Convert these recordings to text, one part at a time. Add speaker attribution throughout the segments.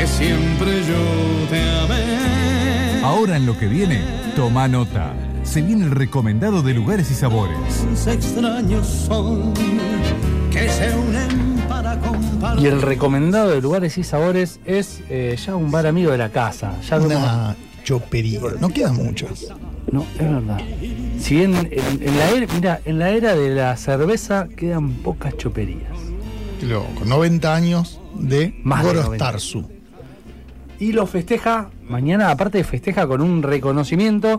Speaker 1: que siempre yo te amé.
Speaker 2: Ahora en lo que viene, toma nota. Se viene el recomendado de lugares y sabores.
Speaker 1: Extraños son que se unen para compartir.
Speaker 3: Y el recomendado de lugares y sabores es ya un bar amigo de la casa. Ya
Speaker 4: Una chopería. No quedan muchas.
Speaker 3: No, es verdad. Si bien en la era de la cerveza quedan pocas choperías.
Speaker 4: Con 90 años de
Speaker 3: Más de
Speaker 4: Gorostarsu.
Speaker 3: Y lo festeja, mañana aparte de festeja con un reconocimiento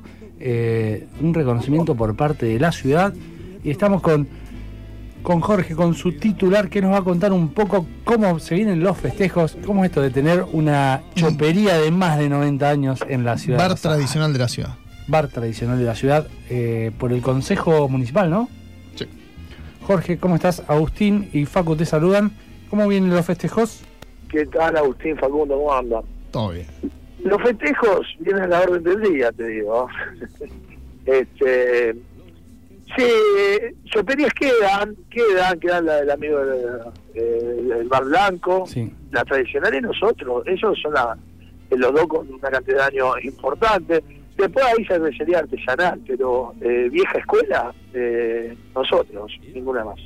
Speaker 3: por parte de la ciudad. Y estamos con Jorge, con su titular, que nos va a contar un poco cómo se vienen los festejos, cómo es esto de tener una chopería de más de 90 años en la ciudad.
Speaker 4: Bar tradicional de la ciudad.
Speaker 3: Bar tradicional de la ciudad, por el Consejo Municipal, ¿no?
Speaker 4: Sí.
Speaker 3: Jorge, ¿cómo estás? Agustín y Facu te saludan. ¿Cómo vienen los festejos?
Speaker 5: ¿Qué tal, Agustín, Facundo? ¿Cómo andan?
Speaker 4: Todo bien.
Speaker 5: Los festejos vienen a la orden del día, te digo. Sí, choperías quedan la del amigo del Bar Blanco,
Speaker 3: Sí.
Speaker 5: la tradicional y nosotros, ellos son los dos con una cantidad de años importante. Después ahí cervecería artesanal, pero vieja escuela, nosotros, ninguna más.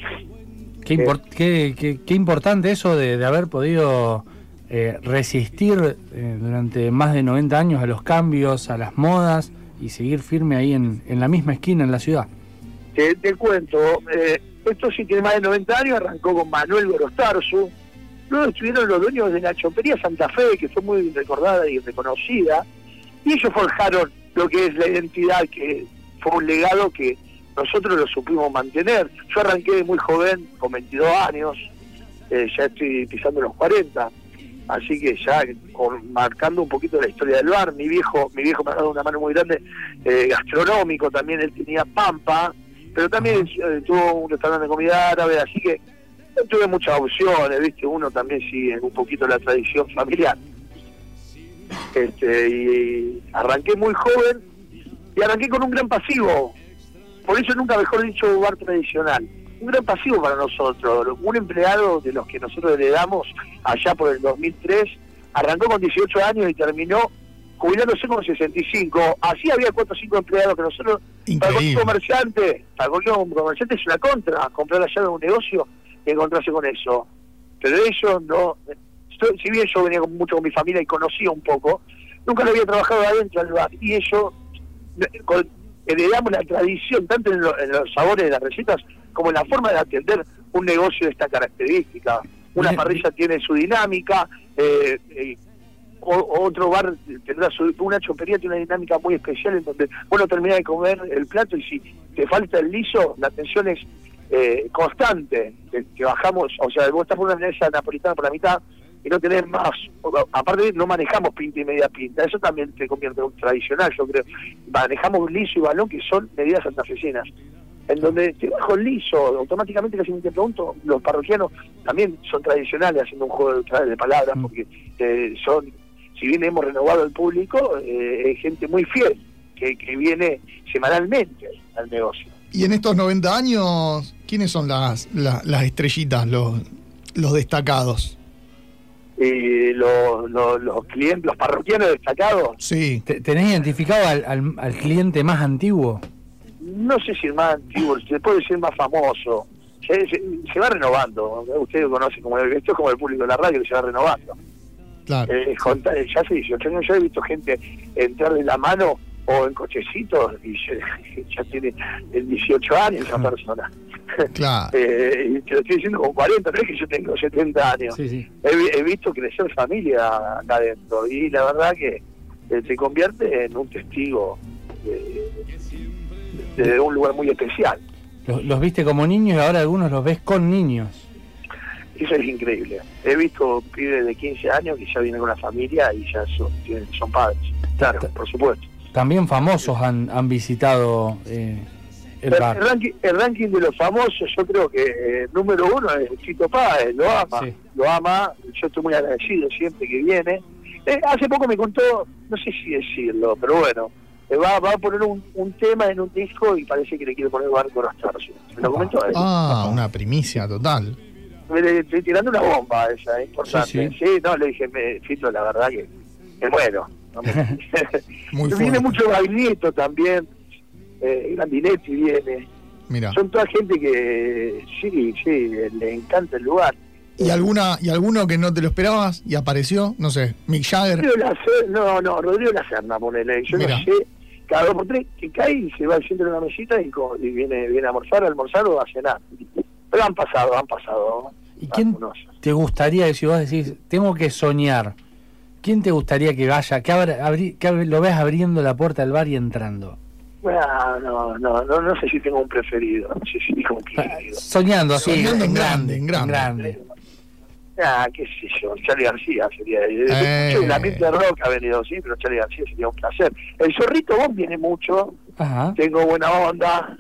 Speaker 3: Qué importante eso de haber podido resistir durante más de 90 años a los cambios, a las modas y seguir firme ahí en la misma esquina en la ciudad.
Speaker 5: Te cuento, esto sí tiene más de 90 años, arrancó con Manuel Gorostarsu, luego estuvieron los dueños de la chopería Santa Fe, que fue muy recordada y reconocida, y ellos forjaron lo que es la identidad, que fue un legado que nosotros lo supimos mantener. Yo arranqué de muy joven, con 22 años, ya estoy pisando los 40, así que ya marcando un poquito la historia del bar. Mi viejo me ha dado una mano muy grande, gastronómico también. Él tenía Pampa, pero también tuvo un restaurante de comida árabe, así que tuve muchas opciones, ¿viste? Uno también sigue un poquito la tradición familiar. Y arranqué muy joven y arranqué con un gran pasivo, por eso nunca mejor dicho bar tradicional. Un gran pasivo para nosotros. Un empleado de los que nosotros heredamos allá por el 2003 arrancó con 18 años y terminó jubilándose con 65. Así había 4 o 5 empleados que nosotros, para cualquier comerciante es una contra, comprar la llave de un negocio y encontrarse con eso. Pero ellos no, si bien yo venía mucho con mi familia y conocía un poco, nunca lo había trabajado adentro del bar. Y ellos heredamos la tradición, tanto en los sabores de las recetas, como en la forma de atender un negocio de esta característica. Una parrilla tiene su dinámica, otro bar tendrá una chopería tiene una dinámica muy especial en donde uno termina de comer el plato y si te falta el liso, la atención es constante, que bajamos, o sea, vos estás por una mesa napolitana por la mitad y no tenés más, aparte no manejamos pinta y media pinta, eso también te convierte en un tradicional, yo creo. Manejamos liso y balón, que son medidas santafesinas, en donde te bajo el liso, automáticamente casi me te pregunto, los parroquianos también son tradicionales haciendo un juego de palabras, porque son, si bien hemos renovado el público, es gente muy fiel, que viene semanalmente al negocio.
Speaker 4: Y en estos 90 años, ¿quiénes son las estrellitas, los destacados?
Speaker 5: Los clientes, los parroquianos destacados.
Speaker 4: Sí.
Speaker 3: ¿Tenés identificado al cliente más antiguo?
Speaker 5: No sé si el más antiguo, se puede decir más famoso. Se va renovando. Ustedes lo conocen como esto es como el público de la radio, que se va renovando.
Speaker 4: Claro.
Speaker 5: Ya hace 18 años yo he visto gente entrar de la mano o en cochecitos y ya tiene 18 años esa persona.
Speaker 4: Claro.
Speaker 5: Y te lo estoy diciendo con 40, no es que yo tengo 70 años.
Speaker 3: Sí.
Speaker 5: He visto crecer familia acá adentro y la verdad que se convierte en un testigo de un lugar muy especial.
Speaker 3: Los viste como niños y ahora algunos los ves con niños.
Speaker 5: Eso es increíble. He visto pibes de 15 años que ya vienen con una familia y ya son padres. Claro, por supuesto.
Speaker 3: También famosos han visitado el bar.
Speaker 5: El ranking de los famosos, yo creo que número 1 es Chito Páez, lo ama.
Speaker 3: Sí.
Speaker 5: Lo ama, yo estoy muy agradecido siempre que viene. Hace poco me contó, no sé si decirlo, pero bueno, va a poner un tema en un disco y parece que le quiere poner Bar Gorostarsu. ¿Me lo comentó él?
Speaker 4: Una primicia total.
Speaker 5: estoy tirando una bomba esa, es importante.
Speaker 3: Sí.
Speaker 5: Sí, no, le dije, Fito, la verdad que me muero. ¿No?
Speaker 4: Muy
Speaker 5: Viene
Speaker 4: fuerte.
Speaker 5: mucho Baglietto también, Grandinetti viene.
Speaker 4: Mira.
Speaker 5: Son toda gente que sí, le encanta el lugar.
Speaker 4: ¿Y alguno que no te lo esperabas y apareció? No sé, Mick Jagger.
Speaker 5: Rodrigo Lacerna, ponele. Yo
Speaker 4: Mira.
Speaker 5: no sé, cada 2 por 3 que cae y se va siempre en una mesita y viene a almorzar o a cenar. Pero han pasado.
Speaker 3: ¿Y quién
Speaker 5: algunos.
Speaker 3: te gustaría, si vos decís, tengo que soñar, quién te gustaría que vaya, que lo ves abriendo la puerta del bar y entrando?
Speaker 5: Bueno, no sé si tengo un preferido. No sé si tengo un preferido.
Speaker 3: Soñando así,
Speaker 4: Soñando en
Speaker 3: grande.
Speaker 4: grande.
Speaker 5: Qué sé yo, Charly García sería. Mucho de ambiente de rock ha venido, sí, pero Charly García sería un placer. El Zorrito Bob viene mucho,
Speaker 3: Ajá.
Speaker 5: tengo buena onda,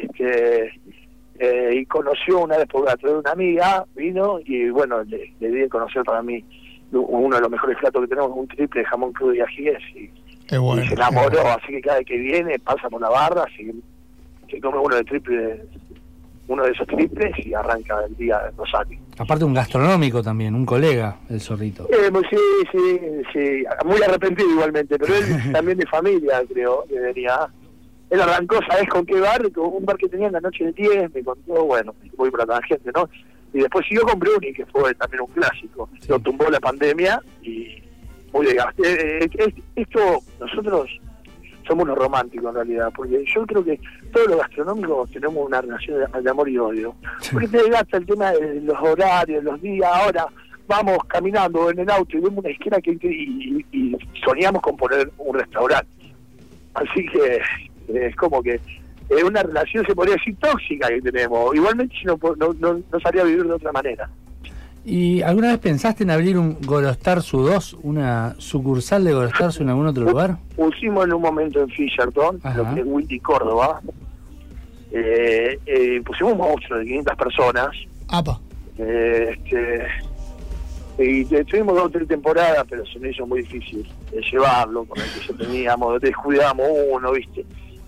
Speaker 5: y conoció una vez por a través de una amiga, vino y bueno, le di a conocer para mí uno de los mejores platos que tenemos, un triple de jamón crudo y ajíes, y
Speaker 4: Bueno,
Speaker 5: y se enamoró, así que cada vez que viene pasa por la barra, se come uno de esos triples y arranca el día de Rosario.
Speaker 3: Aparte un gastronómico también, un colega, el Zorrito.
Speaker 5: Sí, muy arrepentido igualmente, pero él también de familia, creo, que venía. Él arrancó, ¿sabés con qué bar? Con un bar que tenía en la noche de 10, me contó, bueno, voy para la gente, ¿no? Y después siguió con Bruni, que fue también un clásico.
Speaker 3: Sí.
Speaker 5: Lo tumbó la pandemia y muy desgaste. Esto, nosotros somos unos románticos en realidad, porque yo creo que todos los gastronómicos tenemos una relación de amor y odio. Porque te desgasta el tema de los horarios, los días. Ahora vamos caminando en el auto y vemos una esquina y soñamos con poner un restaurante. Así que es como que es una relación, se podría decir, tóxica que tenemos. Igualmente no sabría vivir de otra manera.
Speaker 3: ¿Y alguna vez pensaste en abrir un Gorostarsu 2, una sucursal de Gorostarsu en algún otro lugar?
Speaker 5: Pusimos en un momento en Fisherton,
Speaker 3: Ajá.
Speaker 5: lo que es Windy, Córdoba. Pusimos un monstruo de 500 personas.
Speaker 4: Apa.
Speaker 5: Y tuvimos 2 o 3 temporadas, pero se me hizo muy difícil llevarlo con el que ya teníamos, descuidamos uno, ¿viste?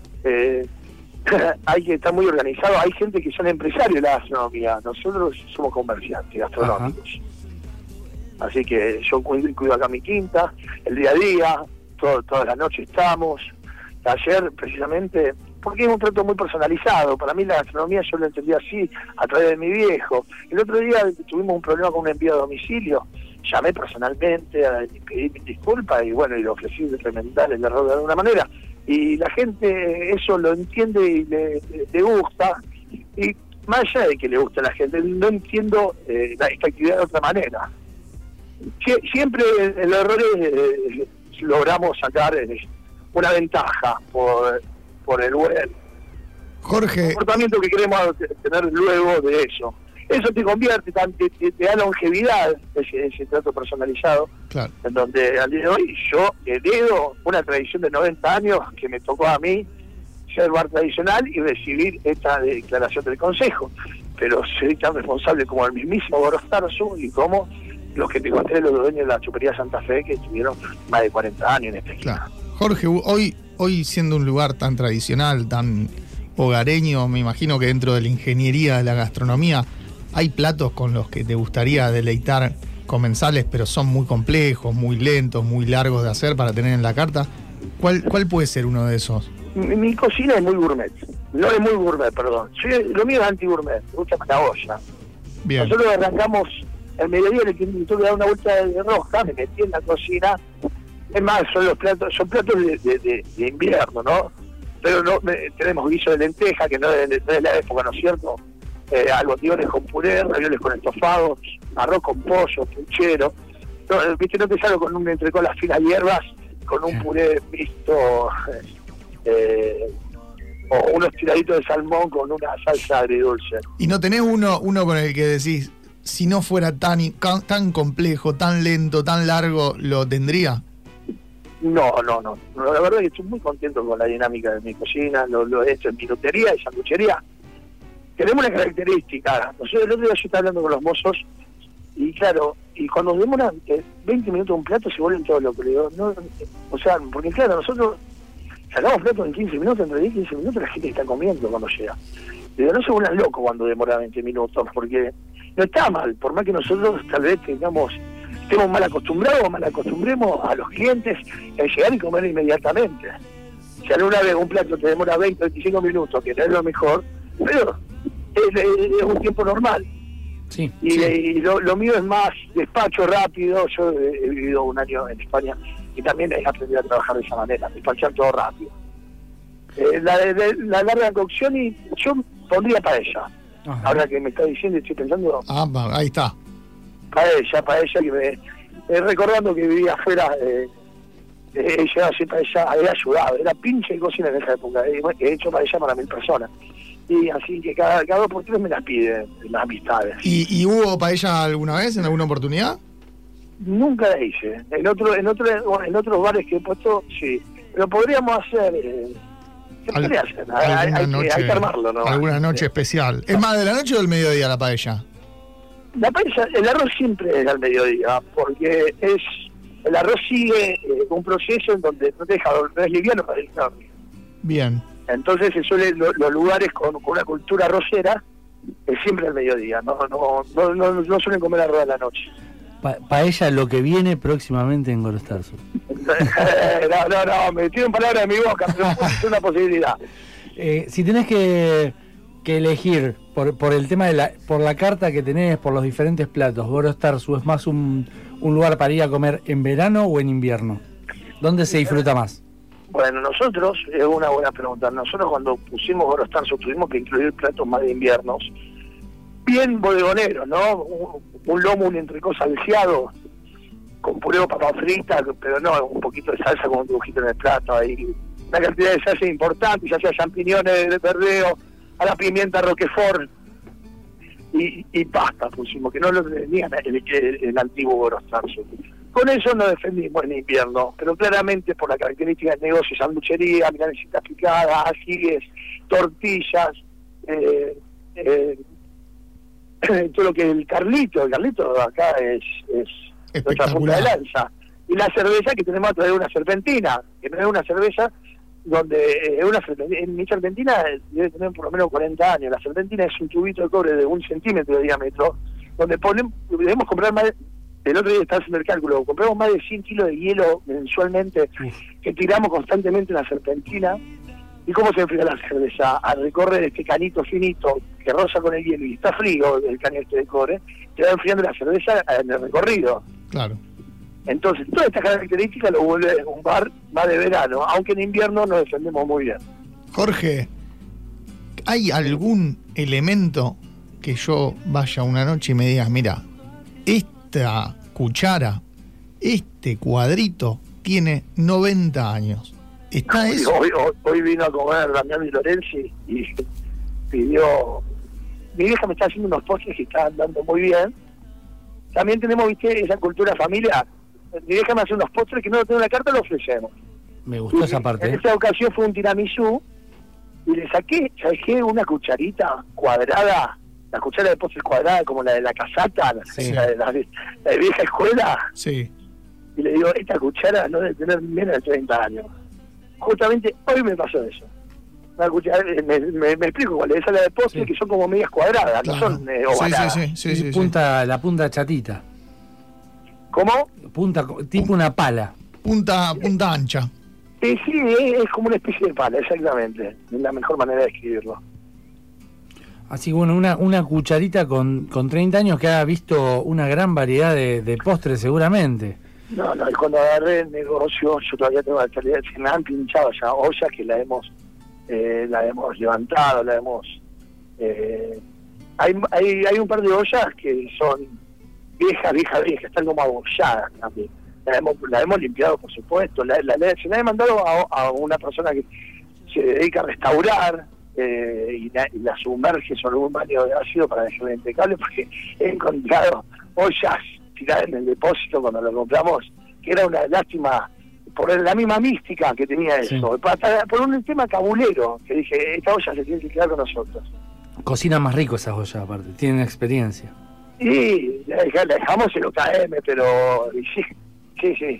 Speaker 5: Hay que estar muy organizado. Hay gente que son empresarios de la gastronomía. Nosotros somos comerciantes gastronómicos. Ajá. Así que yo cuido acá mi quinta, el día a día, toda la noche estamos. Ayer, precisamente, porque es un trato muy personalizado. Para mí la gastronomía yo lo entendí así, a través de mi viejo. El otro día tuvimos un problema con un envío a domicilio. Llamé personalmente a pedir disculpas y bueno, y le ofrecí de remendar el error de alguna manera. Y la gente eso lo entiende y le gusta. Y más allá de que le guste a la gente, no entiendo esta actividad de otra manera. Siempre el error logramos sacar una ventaja por el buen
Speaker 4: Jorge,
Speaker 5: comportamiento que queremos tener luego de eso. Eso te convierte, te da longevidad, ese trato personalizado,
Speaker 4: claro.
Speaker 5: en donde al día de hoy yo heredo una tradición de 90 años que me tocó a mí ser bar tradicional y recibir esta declaración del Consejo. Pero soy tan responsable como el mismísimo Gorostarsu y como los que te conté, los dueños de la Chupería Santa Fe, que estuvieron más de 40 años en esta esquina.
Speaker 4: Claro. Jorge, hoy siendo un lugar tan tradicional, tan hogareño, me imagino que dentro de la ingeniería de la gastronomía hay platos con los que te gustaría deleitar comensales, pero son muy complejos, muy lentos, muy largos de hacer para tener en la carta. ¿Cuál puede ser uno de esos?
Speaker 5: Mi cocina es muy gourmet. No es muy gourmet, perdón. Lo mío es anti-gourmet. Me gusta más la olla.
Speaker 4: Bien.
Speaker 5: Nosotros arrancamos el mediodía, le tuve que dar una vuelta de rosca, me metí en la cocina. Es más, son platos de invierno, ¿no? Pero tenemos guiso de lenteja, que no es de la época, ¿no es cierto? Albotiones con puré, ravioles con estofados, arroz con pollo, puchero. No, viste, no te salgo con un entrecot las finas hierbas, con un puré mixto, o unos tiraditos de salmón con una salsa agridulce.
Speaker 4: ¿Y no tenés uno con el que decís, si no fuera tan complejo, tan lento, tan largo, lo tendría?
Speaker 5: No. La verdad es que estoy muy contento con la dinámica de mi cocina, lo he hecho en minutería y sanduchería. Tenemos una característica. Nosotros el otro día yo estaba hablando con los mozos y claro, y cuando nos demoran 20 minutos un plato se vuelven todos locos. No, o sea, porque claro, nosotros sacamos platos en 15 minutos, entre 10 y 15 minutos la gente está comiendo cuando llega. Digo, no se vuelvan locos cuando demora 20 minutos, porque no está mal, por más que nosotros tal vez estemos mal acostumbrados o mal acostumbremos a los clientes en llegar y comer inmediatamente. Si alguna vez un plato te demora 20 o 25 minutos, que no es lo mejor, pero es un tiempo normal.
Speaker 3: Sí.
Speaker 5: Y lo mío es más despacho rápido. Yo he vivido un año en España y también he aprendido a trabajar de esa manera, despachar todo rápido. La larga cocción, y yo pondría paella.
Speaker 3: Ajá.
Speaker 5: Ahora que me está diciendo, estoy pensando
Speaker 4: Ahí está.
Speaker 5: paella que recordando que vivía afuera, he llegado a hacer paella, he ayudado, era pinche de cocina en esa época, he hecho paella para 1000 personas. Y así que cada 2 por 3 me las piden las amistades.
Speaker 4: ¿Y hubo paella alguna vez, en alguna oportunidad?
Speaker 5: Nunca la hice. En otros bares que he puesto, sí. Pero podríamos hacer... ¿Qué podría hacer? Hay que armarlo, ¿no?
Speaker 4: Alguna noche especial. ¿Es más de la noche o del mediodía la paella?
Speaker 5: La paella, el arroz siempre es al mediodía, porque el arroz sigue un proceso en donde no te deja dormir, no es liviano para el dormir.
Speaker 4: Bien.
Speaker 5: Entonces se suelen los lugares con una cultura arrocera es siempre al mediodía, no suelen comer arroz a la noche.
Speaker 3: Paella, lo que viene próximamente en Gorostarzo.
Speaker 5: No, me tienen palabras de mi boca, pero es una posibilidad.
Speaker 3: Si tenés que elegir por el tema por la carta que tenés, por los diferentes platos, Gorostarzo, ¿es más un lugar para ir a comer en verano o en invierno? ¿Dónde se disfruta más?
Speaker 5: Bueno, nosotros, es una buena pregunta, nosotros cuando pusimos Gorostarzo tuvimos que incluir platos más de inviernos, bien bodegoneros, ¿no? Un lomo, un entrecot salseado, con puré o papa frita, pero no, un poquito de salsa con un dibujito en el plato, ahí una cantidad de salsa importante, ya sea champiñones de verdeo, a la pimienta roquefort, y pasta pusimos, que no lo tenían el antiguo Gorostarzo. Con eso nos defendimos en invierno, pero claramente por la característica del negocio, sanduchería, milanesitas picadas, ajíes, tortillas, todo lo que es el Carlito acá es nuestra punta de lanza. Y la cerveza que tenemos a través de una serpentina, que no es una cerveza donde en mi serpentina debe tener por lo menos 40 años. La serpentina es un tubito de cobre de 1 centímetro de diámetro, donde debemos comprar más. El otro día estaba haciendo el cálculo, compramos más de 100 kilos de hielo mensualmente, que tiramos constantemente en la serpentina. ¿Y cómo se enfría la cerveza? Al recorrer este canito finito que roza con el hielo y está frío el canito de cobre, te va enfriando la cerveza en el recorrido.
Speaker 4: Claro.
Speaker 5: Entonces, toda esta característica lo vuelve un bar más de verano, aunque en invierno nos defendemos muy bien.
Speaker 4: Jorge, ¿hay algún elemento que yo vaya una noche y me digas, mira, esta cuchara, este cuadrito tiene 90 años? ¿Está eso?
Speaker 5: Hoy vino a comer Damián Di Lorenzi y pidió... Mi vieja me está haciendo unos postres que están andando muy bien. También tenemos, viste, esa cultura familiar. Mi vieja me hace unos postres que no lo tengo en la carta, lo ofrecemos.
Speaker 3: Me gustó esa parte.
Speaker 5: En esta ocasión fue un tiramisú y le saqué, ¿sabes qué? Una cucharita cuadrada, la cuchara de postres cuadrada como la de la casata,
Speaker 4: Sí.
Speaker 5: la de vieja escuela.
Speaker 4: Sí.
Speaker 5: Y le digo, esta cuchara no debe tener menos de 30 años. Justamente hoy me pasó eso. Una cuchara, me explico cuál es, la de postre,
Speaker 3: Sí.
Speaker 5: que son como medias cuadradas,
Speaker 4: Claro.
Speaker 5: no son ovaladas.
Speaker 4: Sí.
Speaker 3: La punta chatita.
Speaker 5: ¿Cómo?
Speaker 3: Tipo una pala.
Speaker 4: Punta ancha.
Speaker 5: Sí, es como una especie de pala, exactamente. Es la mejor manera de escribirlo.
Speaker 3: Así que bueno, una cucharita con 30 años que ha visto una gran variedad de postres seguramente.
Speaker 5: No, y cuando agarré el negocio, yo todavía tengo la calidad, se me han pinchado ya ollas que la hemos levantado, hay un par de ollas que son viejas, están como abolladas también. La hemos limpiado, por supuesto, se la he mandado a una persona que se dedica a restaurar y la sumerge sobre un baño de ácido para dejarla impecable, porque he encontrado ollas tiradas en el depósito cuando lo compramos, que era una lástima por la misma mística que tenía eso, sí. Por un tema cabulero, que dije, esta olla se tiene que quedar con nosotros.
Speaker 3: Cocinan más rico esas ollas aparte, tienen experiencia.
Speaker 5: Y la dejamos en OKM, pero sí.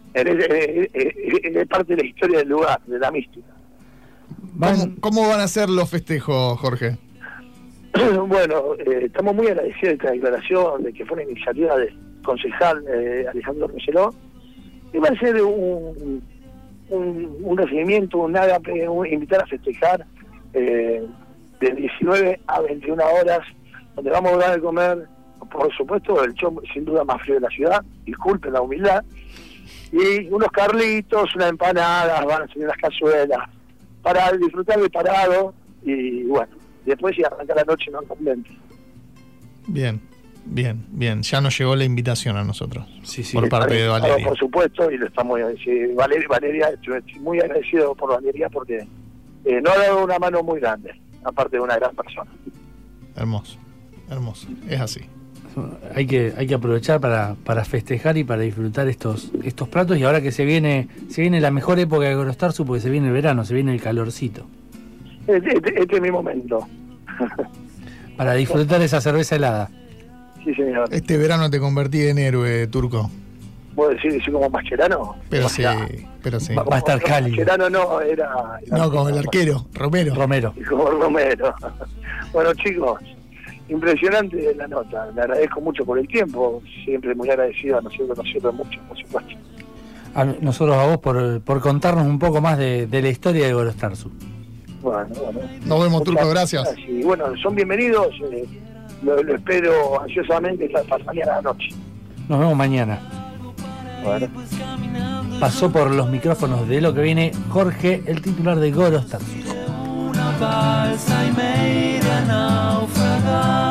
Speaker 5: Es parte de la historia del lugar, de la mística.
Speaker 4: ¿Cómo van a ser los festejos, Jorge?
Speaker 5: Bueno, estamos muy agradecidos de esta declaración, de que fue una iniciativa del concejal Alejandro Roseló. Y va a ser un recibimiento, un ágape, invitar a festejar de 19 a 21 horas, donde vamos a dar de comer, por supuesto, el show sin duda más frío de la ciudad, disculpen la humildad, y unos carlitos, unas empanadas, van a ser unas cazuelas, para disfrutar de parado, y bueno, después y arrancar la noche no convente.
Speaker 4: Bien. Ya nos llegó la invitación a nosotros.
Speaker 3: Sí,
Speaker 4: por parte de Valeria.
Speaker 5: Por supuesto, y lo estamos Valeria, estoy muy agradecido por Valeria porque nos ha dado una mano muy grande, aparte de una gran persona.
Speaker 4: Hermoso, es así.
Speaker 3: Hay que aprovechar para festejar y para disfrutar estos platos, y ahora que se viene la mejor época de Gorostarzu, porque se viene el verano, se viene el calorcito.
Speaker 5: Este es mi momento.
Speaker 3: Para disfrutar esa cerveza helada.
Speaker 5: Sí, señor.
Speaker 4: Este verano te convertí en héroe, Turco.
Speaker 5: ¿Puedo decir como Mascherano?
Speaker 4: Pero sí.
Speaker 3: Va a estar cálido.
Speaker 5: Mascherano no, era
Speaker 4: No, como el arquero, Romero.
Speaker 5: Como Romero. Bueno, chicos, impresionante la nota. Le agradezco mucho por el tiempo. Siempre muy agradecido a nosotros mucho, por supuesto.
Speaker 3: A nosotros a vos por contarnos un poco más de la historia de Gorostarzu.
Speaker 5: Bueno.
Speaker 4: Nos vemos, Turco, gracias.
Speaker 5: Y bueno, son bienvenidos. Lo espero ansiosamente para mañana a la noche.
Speaker 3: Nos vemos mañana.
Speaker 5: Bueno.
Speaker 3: Pasó por los micrófonos de Lo que viene Jorge, el titular de Gorostarzu.
Speaker 6: Una balsa y me iré a naufragar.